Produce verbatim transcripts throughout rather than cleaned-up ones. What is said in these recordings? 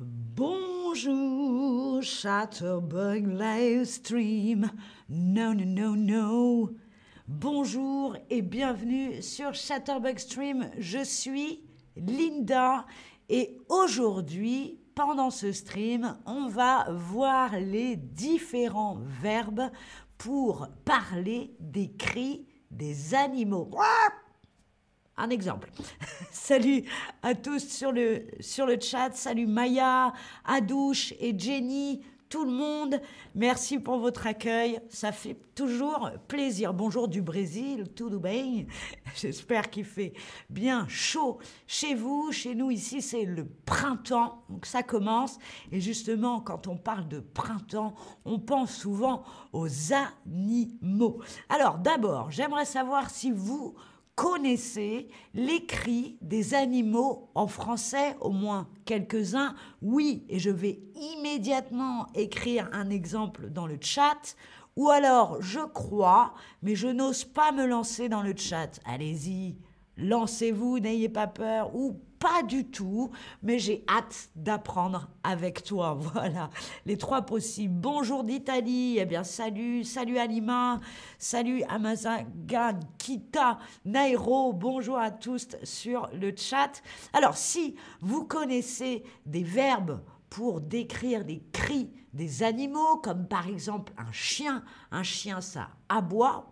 Bonjour, Chatterbug Livestream. No, no, no, no. Bonjour et bienvenue sur Chatterbug Stream. Je suis Linda et aujourd'hui, pendant ce stream, on va voir les différents verbes pour parler des cris des animaux. Un exemple. Salut à tous sur le, sur le chat. Salut Maya, Adouche et Jenny, tout le monde. Merci pour votre accueil. Ça fait toujours plaisir. Bonjour du Brésil, tudo bem? J'espère qu'il fait bien chaud chez vous. Chez nous, ici, c'est le printemps. Donc ça commence. Et justement, quand on parle de printemps, on pense souvent aux animaux. Alors d'abord, j'aimerais savoir si vous connaissez les cris des animaux en français, au moins quelques-uns? Oui, et je vais immédiatement écrire un exemple dans le chat. Ou alors, je crois, mais je n'ose pas me lancer dans le chat. Allez-y, lancez-vous, n'ayez pas peur, ou pas du tout, mais j'ai hâte d'apprendre avec toi. Voilà, les trois possibles. Bonjour d'Italie, eh bien salut, salut Anima, salut Amazaga, Kita, Nairo, bonjour à tous sur le chat. Alors, si vous connaissez des verbes pour décrire les cris des animaux, comme par exemple un chien, un chien ça aboie,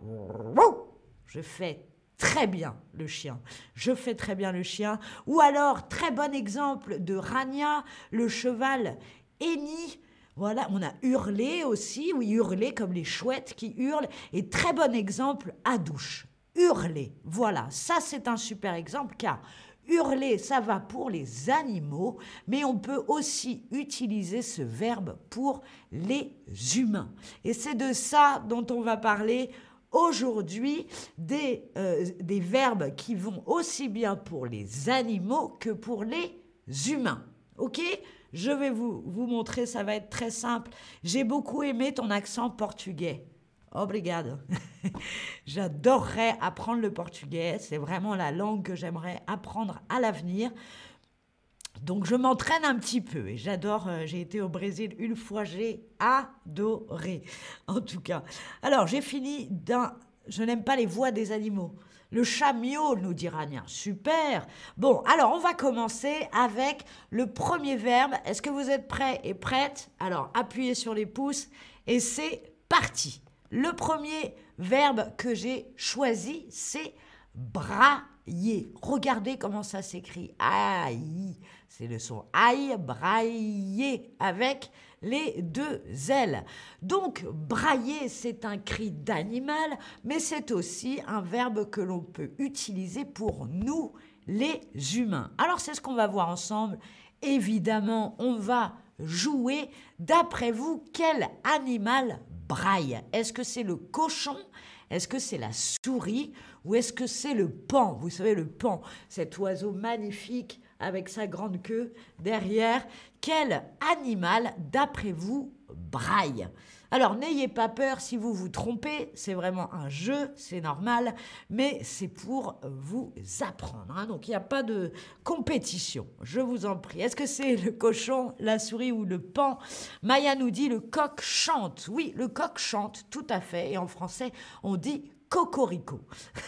je fais très bien le chien. Je fais très bien le chien. Ou alors, très bon exemple de Rania, le cheval Eni. Voilà, on a hurlé aussi, oui, hurler comme les chouettes qui hurlent. Et très bon exemple, Adouche. Hurler, voilà, ça c'est un super exemple car hurler, ça va pour les animaux, mais on peut aussi utiliser ce verbe pour les humains. Et c'est de ça dont on va parler aujourd'hui, des, euh, des verbes qui vont aussi bien pour les animaux que pour les humains. Ok ? Je vais vous, vous montrer, ça va être très simple. J'ai beaucoup aimé ton accent portugais. Obrigado. J'adorerais apprendre le portugais. C'est vraiment la langue que j'aimerais apprendre à l'avenir. Donc, je m'entraîne un petit peu et j'adore, euh, j'ai été au Brésil une fois, j'ai adoré, en tout cas. Alors, j'ai fini d'un, je n'aime pas les voix des animaux. Le chat miaule, nous dit Rania. Super. Bon, alors, on va commencer avec le premier verbe. Est-ce que vous êtes prêts et prêtes? Alors, appuyez sur les pouces et c'est parti. Le premier verbe que j'ai choisi, c'est brailler. Regardez comment ça s'écrit. Aïe, c'est le son aïe, brailler avec les deux L. Donc, brailler, c'est un cri d'animal, mais c'est aussi un verbe que l'on peut utiliser pour nous, les humains. Alors, c'est ce qu'on va voir ensemble. Évidemment, on va jouer. D'après vous, quel animal braille? Est-ce que c'est le cochon? Est-ce que c'est la souris? Ou est-ce que c'est le paon? Vous savez, le paon, cet oiseau magnifique avec sa grande queue derrière. Quel animal, d'après vous, braille? Alors, n'ayez pas peur si vous vous trompez. C'est vraiment un jeu, c'est normal. Mais c'est pour vous apprendre. Hein. Donc, il n'y a pas de compétition. Je vous en prie. Est-ce que c'est le cochon, la souris ou le paon? Maya nous dit le coq chante. Oui, le coq chante, tout à fait. Et en français, on dit cocorico.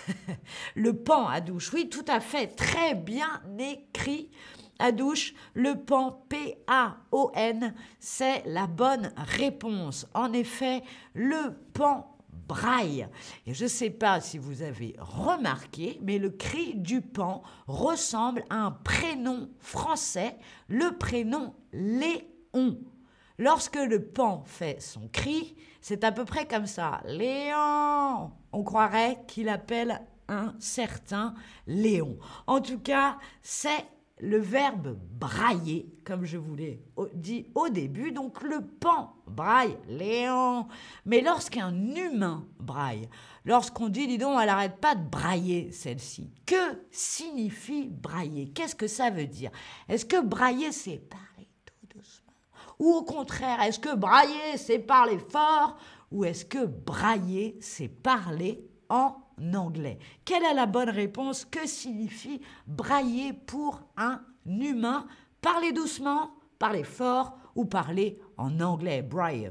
Le paon à douche, oui, tout à fait, très bien écrit. À douche, le paon, P A O N, c'est la bonne réponse. En effet, le paon braille. Et je ne sais pas si vous avez remarqué, mais le cri du paon ressemble à un prénom français, le prénom Léon. Lorsque le paon fait son cri, c'est à peu près comme ça. Léon! On croirait qu'il appelle un certain Léon. En tout cas, c'est le verbe brailler, comme je vous l'ai dit au début. Donc le paon braille, Léon. Mais lorsqu'un humain braille, lorsqu'on dit, dis donc, elle n'arrête pas de brailler, celle-ci. Que signifie brailler? Qu'est-ce que ça veut dire? Est-ce que brailler, c'est parler tout doucement? Ou au contraire, est-ce que brailler, c'est parler fort? Ou est-ce que brailler, c'est parler en anglais? Quelle est la bonne réponse? Que signifie brailler pour un humain? Parler doucement, parler fort ou parler en anglais, braille.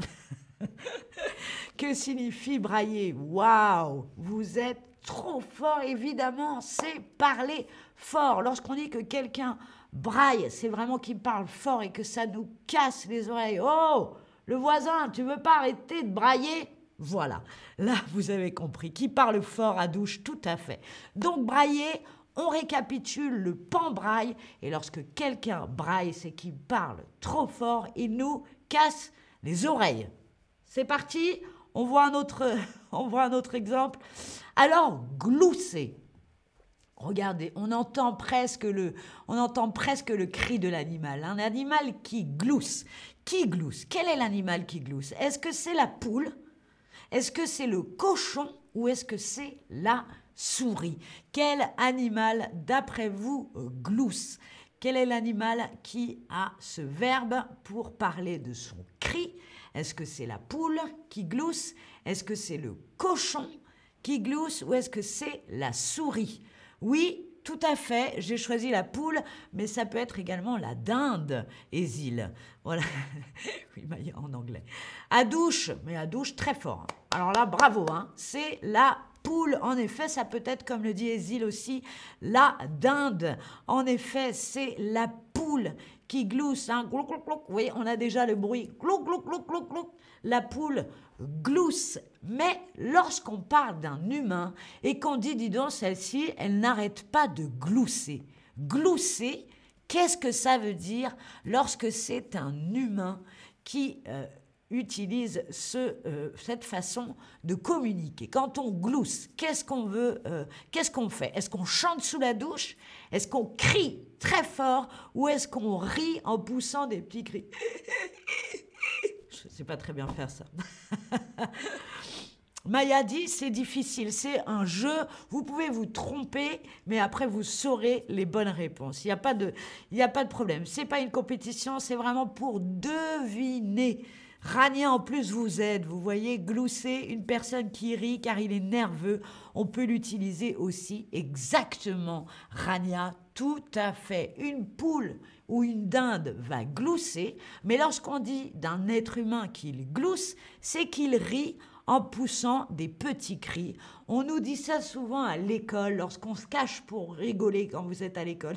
Que signifie brailler? Waouh, vous êtes trop fort, évidemment, c'est parler fort. Lorsqu'on dit que quelqu'un braille, c'est vraiment qu'il parle fort et que ça nous casse les oreilles. Oh, le voisin, tu veux pas arrêter de brailler? Voilà, là vous avez compris, qui parle fort à douche, tout à fait. Donc brailler, on récapitule le pan-braille, et lorsque quelqu'un braille, c'est qu'il parle trop fort, il nous casse les oreilles. C'est parti, on voit un autre, on voit un autre exemple. Alors, glousser. Regardez, on entend presque le, on entend presque le cri de l'animal. Un animal qui glousse. Qui glousse? Quel est l'animal qui glousse? Est-ce que c'est la poule? Est-ce que c'est le cochon? Ou est-ce que c'est la souris? Quel animal, d'après vous, glousse? Quel est l'animal qui a ce verbe pour parler de son cri? Est-ce que c'est la poule qui glousse? Est-ce que c'est le cochon qui glousse? Ou est-ce que c'est la souris? Oui, tout à fait, j'ai choisi la poule, mais ça peut être également la dinde, Ésil. Voilà, oui, Maya en anglais. À douche, mais à douche très fort. Alors là, bravo, hein. C'est la poule. En effet, ça peut être, comme le dit Ésil aussi, la dinde. En effet, c'est la poule qui glousse. Hein. Glou, glou, glou. Oui, on a déjà le bruit. Glou, glou, glou, glou, glou. La poule glousse. Mais lorsqu'on parle d'un humain et qu'on dit, dis donc, celle-ci, elle n'arrête pas de glousser. Glousser, qu'est-ce que ça veut dire lorsque c'est un humain qui euh, utilise ce, euh, cette façon de communiquer? Quand on glousse, qu'est-ce qu'on veut, euh, qu'est-ce qu'on fait? Est-ce qu'on chante sous la douche? Est-ce qu'on crie très fort? Ou est-ce qu'on rit en poussant des petits cris? Je ne sais pas très bien faire ça. Maya dit, c'est difficile, c'est un jeu, vous pouvez vous tromper, mais après vous saurez les bonnes réponses. Il n'y a pas de, il n'y a pas de problème. Ce n'est pas une compétition, c'est vraiment pour deviner. Rania en plus vous aide, vous voyez, glousser, une personne qui rit car il est nerveux, on peut l'utiliser aussi exactement. Rania, tout à fait. Une poule ou une dinde va glousser, mais lorsqu'on dit d'un être humain qu'il glousse, c'est qu'il rit en poussant des petits cris. On nous dit ça souvent à l'école, lorsqu'on se cache pour rigoler quand vous êtes à l'école.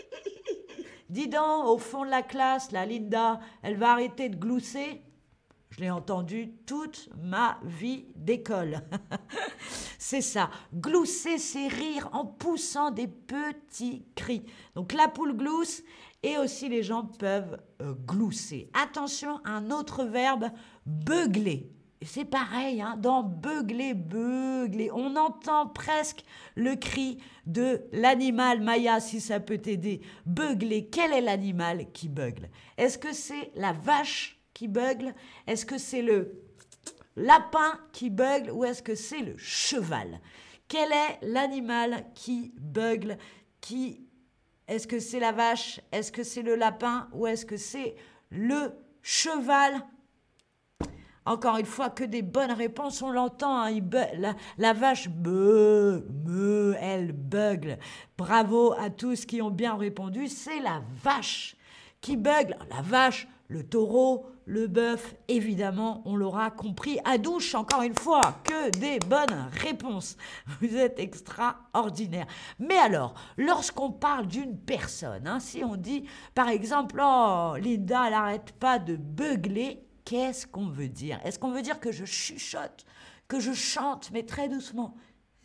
Dis donc, au fond de la classe, la Linda, elle va arrêter de glousser? Je l'ai entendu toute ma vie d'école. C'est ça. Glousser, c'est rire en poussant des petits cris. Donc la poule glousse et aussi les gens peuvent euh, glousser. Attention, un autre verbe, beugler. C'est pareil, hein, dans beugler, beugler, on entend presque le cri de l'animal. Maya, si ça peut t'aider. Beugler, quel est l'animal qui beugle? Est-ce que c'est la vache qui beugle? Est-ce que c'est le lapin qui beugle? Ou est-ce que c'est le cheval? Quel est l'animal qui beugle? Qui... Est-ce que c'est la vache? Est-ce que c'est le lapin? Ou est-ce que c'est le cheval? Encore une fois, que des bonnes réponses, on l'entend, hein, la, la vache beuh, me, elle beugle. Bravo à tous qui ont bien répondu, c'est la vache qui beugle. La vache, le taureau, le bœuf, évidemment, on l'aura compris. À douche, encore une fois, que des bonnes réponses. Vous êtes extraordinaires. Mais alors, lorsqu'on parle d'une personne, hein, si on dit, par exemple, oh, Linda, elle n'arrête pas de beugler, qu'est-ce qu'on veut dire? Est-ce qu'on veut dire que je chuchote, que je chante, mais très doucement?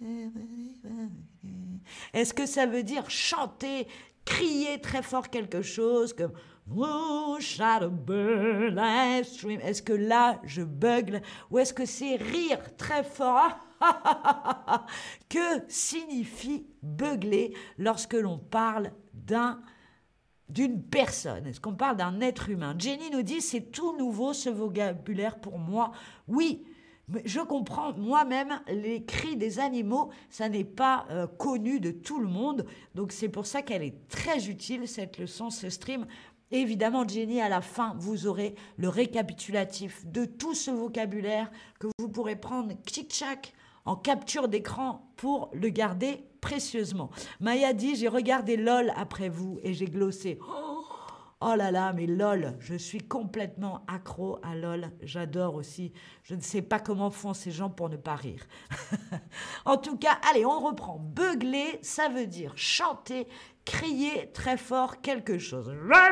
Est-ce que ça veut dire chanter, crier très fort quelque chose comme oh, shadow burn, live stream? Est-ce que là, je bugle? Ou est-ce que c'est rire très fort? Que signifie beugler lorsque l'on parle d'un d'une personne? Est-ce qu'on parle d'un être humain? Jenny nous dit, c'est tout nouveau ce vocabulaire pour moi. Oui, mais je comprends, moi-même, les cris des animaux, ça n'est pas euh, connu de tout le monde. Donc c'est pour ça qu'elle est très utile, cette leçon, ce stream. Et évidemment, Jenny, à la fin, vous aurez le récapitulatif de tout ce vocabulaire que vous pourrez prendre tchic-tchac en capture d'écran pour le garder précieusement. Maya dit, j'ai regardé LOL après vous et j'ai glossé. Oh, Oh là là, mais LOL, je suis complètement accro à LOL. J'adore aussi. Je ne sais pas comment font ces gens pour ne pas rire. En tout cas, allez, on reprend. Beugler, ça veut dire chanter, crier très fort quelque chose.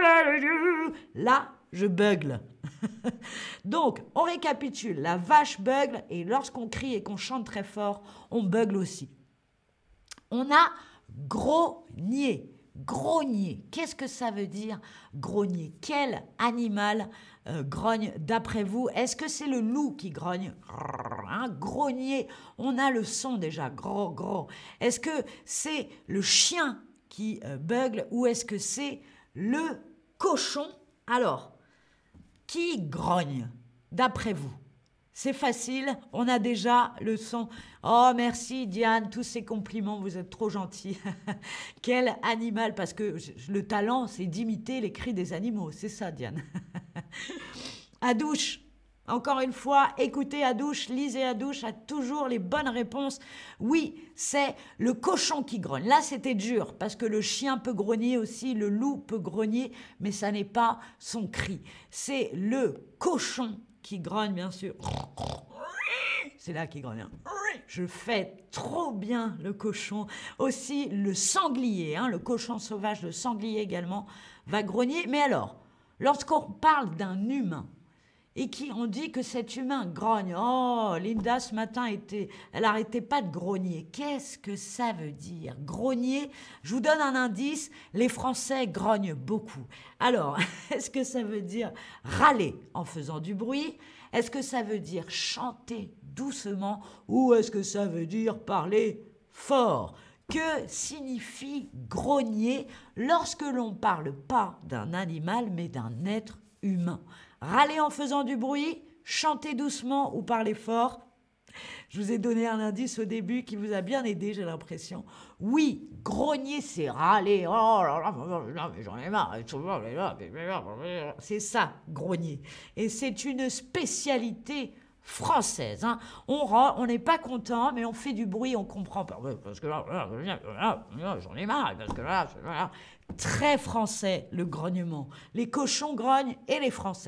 Là, je beugle. Donc, on récapitule. La vache beugle et lorsqu'on crie et qu'on chante très fort, on beugle aussi. On a grogner. Grogner. Qu'est-ce que ça veut dire grogner? Quel animal euh, grogne d'après vous? Est-ce que c'est le loup qui grogne? Hein, grogner, on a le son déjà. Gros, gros. Est-ce que c'est le chien qui euh, beugle ou est-ce que c'est le cochon? Alors, qui grogne d'après vous? C'est facile, on a déjà le son. Oh, merci Diane, tous ces compliments, vous êtes trop gentils. Quel animal, parce que le talent, c'est d'imiter les cris des animaux, c'est ça Diane. Adouche, encore une fois, écoutez Adouche, lisez Adouche, a toujours les bonnes réponses. Oui, c'est le cochon qui grogne. Là, c'était dur, parce que le chien peut grogner aussi, le loup peut grogner, mais ça n'est pas son cri. C'est le cochon qui grogne, bien sûr. C'est là qu'il grogne. Je fais trop bien le cochon. Aussi, le sanglier, hein, le cochon sauvage, le sanglier également, va grogner. Mais alors, lorsqu'on parle d'un humain, et qui on dit que cet humain grogne. Oh, Linda, ce matin, était, elle n'arrêtait pas de grogner. Qu'est-ce que ça veut dire? Grogner, je vous donne un indice, les Français grognent beaucoup. Alors, est-ce que ça veut dire râler en faisant du bruit? Est-ce que ça veut dire chanter doucement? Ou est-ce que ça veut dire parler fort? Que signifie grogner lorsque l'on ne parle pas d'un animal, mais d'un être humain? Râler en faisant du bruit, chanter doucement ou parler fort. Je vous ai donné un indice au début qui vous a bien aidé, j'ai l'impression. Oui, grogner, c'est râler. Oh là là, j'en ai marre. C'est ça, grogner. Et c'est une spécialité française. Hein. On râle, on n'est pas content, mais on fait du bruit, on comprend pas. Parce que là, j'en ai marre. Parce que là, là, très français, le grognement. Les cochons grognent et les Français.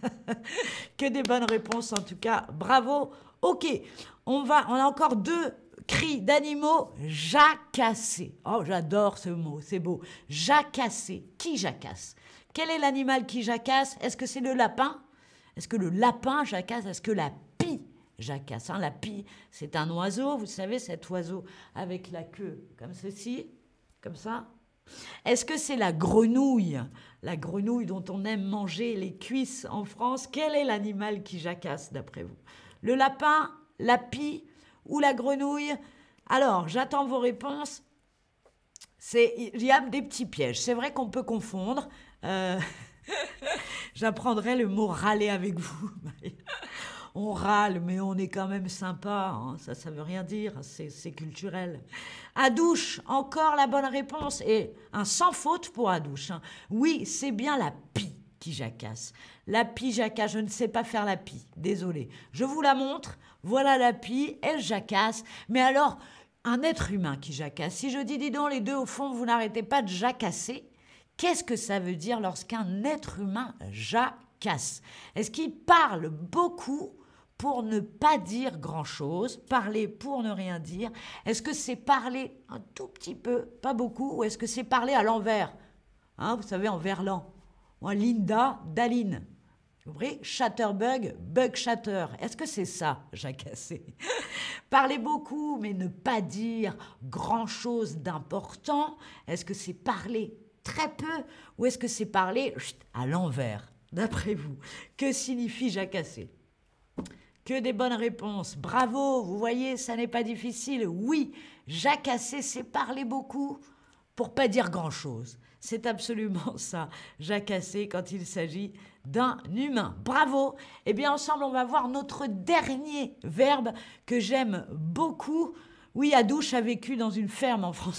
Que des bonnes réponses, en tout cas. Bravo. Ok, on, va, on a encore deux cris d'animaux. Jacasser. Oh, j'adore ce mot, c'est beau. Jacasser. Qui jacasse? Quel est l'animal qui jacasse? Est-ce que c'est le lapin? Est-ce que le lapin jacasse? Est-ce que la pie jacasse? Hein, la pie, c'est un oiseau, vous savez, cet oiseau avec la queue comme ceci, comme ça. Est-ce que c'est la grenouille? La grenouille dont on aime manger les cuisses en France. Quel est l'animal qui jacasse d'après vous? Le lapin, la pie ou la grenouille? Alors, j'attends vos réponses. C'est, il y a des petits pièges. C'est vrai qu'on peut confondre. Euh, J'apprendrai le mot râler avec vous. On râle, mais on est quand même sympa. Hein. Ça, ça veut rien dire. C'est, c'est culturel. Adouche, encore la bonne réponse. Et un sans faute pour Adouche. Hein. Oui, c'est bien la pie qui jacasse. La pie jacasse. Je ne sais pas faire la pie. Désolée. Je vous la montre. Voilà la pie. Elle jacasse. Mais alors, un être humain qui jacasse. Si je dis, dis donc, les deux, au fond, vous n'arrêtez pas de jacasser. Qu'est-ce que ça veut dire lorsqu'un être humain jacasse? Est-ce qu'il parle beaucoup pour ne pas dire grand-chose, parler pour ne rien dire? Est-ce que c'est parler un tout petit peu, pas beaucoup, ou est-ce que c'est parler à l'envers? Hein, vous savez, en verlan. Moi, Linda, Daline. Vous comprenez? Chatterbug, bug chatter. Est-ce que c'est ça, jacasser? Parler beaucoup, mais ne pas dire grand-chose d'important. Est-ce que c'est parler très peu, ou est-ce que c'est parler chut, à l'envers, d'après vous? Que signifie jacasser? Que des bonnes réponses. Bravo, vous voyez, ça n'est pas difficile. Oui, jacasser, c'est parler beaucoup pour pas dire grand-chose. C'est absolument ça, jacasser quand il s'agit d'un humain. Bravo. Eh bien, ensemble, on va voir notre dernier verbe que j'aime beaucoup. Oui, Adouche a vécu dans une ferme en France.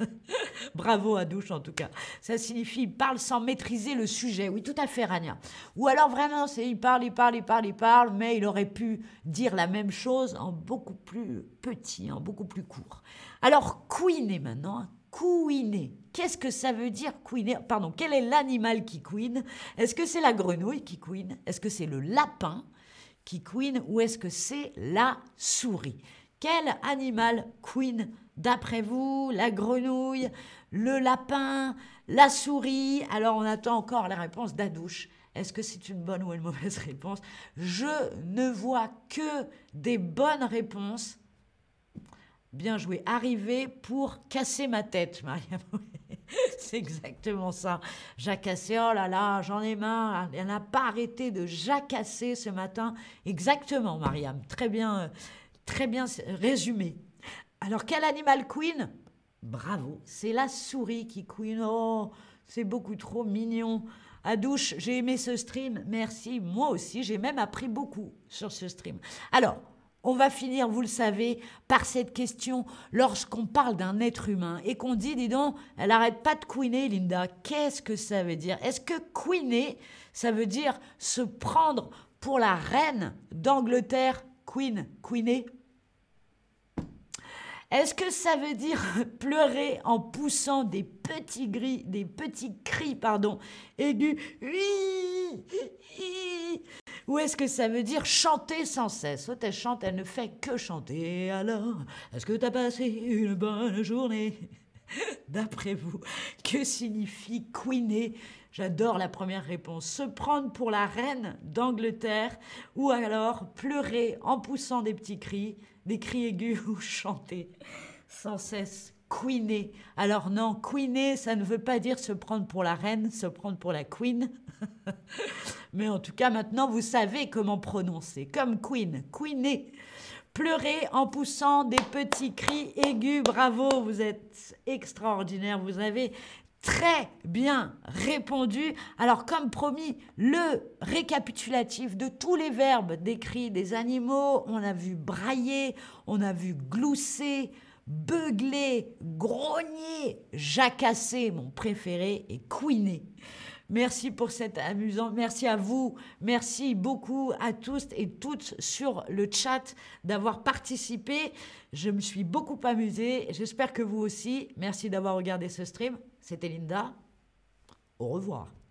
Bravo Adouche en tout cas. Ça signifie il parle sans maîtriser le sujet. Oui, tout à fait Rania. Ou alors vraiment, c'est il parle, il parle, il parle, il parle, mais il aurait pu dire la même chose en beaucoup plus petit, en beaucoup plus court. Alors, couiner maintenant. Couiner. Qu'est-ce que ça veut dire couiner? Pardon, quel est l'animal qui couine? Est-ce que c'est la grenouille qui couine? Est-ce que c'est le lapin qui couine? Ou est-ce que c'est la souris? Quel animal couine d'après vous? La grenouille, le lapin, la souris? Alors on attend encore la réponse d'Adouche. Est-ce que c'est une bonne ou une mauvaise réponse? Je ne vois que des bonnes réponses. Bien joué. Arriver pour casser ma tête, Mariam. C'est exactement ça. Jacasser, oh là là, j'en ai marre. Elle n'a pas arrêté de jacasser ce matin. Exactement, Mariam. Très bien, très bien résumé. Alors, quel animal couine? Bravo, c'est la souris qui couine. Oh, c'est beaucoup trop mignon. Adouche, j'ai aimé ce stream. Merci, moi aussi. J'ai même appris beaucoup sur ce stream. Alors, on va finir, vous le savez, par cette question. Lorsqu'on parle d'un être humain et qu'on dit, dis donc, elle n'arrête pas de couiner, Linda, qu'est-ce que ça veut dire? Est-ce que couiner, ça veut dire se prendre pour la reine d'Angleterre? Queen, queener? Est-ce que ça veut dire pleurer en poussant des petits gris, des petits cris, pardon, aigus? Ou est-ce que ça veut dire chanter sans cesse? Oh, elle chante, elle ne fait que chanter. Alors, est-ce que tu as passé une bonne journée? D'après vous, que signifie queener? J'adore la première réponse. Se prendre pour la reine d'Angleterre ou alors pleurer en poussant des petits cris, des cris aigus ou chanter sans cesse. Queener. Alors non, queener, ça ne veut pas dire se prendre pour la reine, se prendre pour la queen. Mais en tout cas, maintenant, vous savez comment prononcer. Comme queen, queener. Pleurer en poussant des petits cris aigus. Bravo, vous êtes extraordinaire. Vous avez très bien répondu. Alors, comme promis, le récapitulatif de tous les verbes décrits des animaux. On a vu brailler, on a vu glousser, beugler, grogner, jacasser, mon préféré, et couiner. Merci pour cet amusant. Merci à vous. Merci beaucoup à tous et toutes sur le chat d'avoir participé. Je me suis beaucoup amusée. J'espère que vous aussi. Merci d'avoir regardé ce stream. C'était Linda. Au revoir.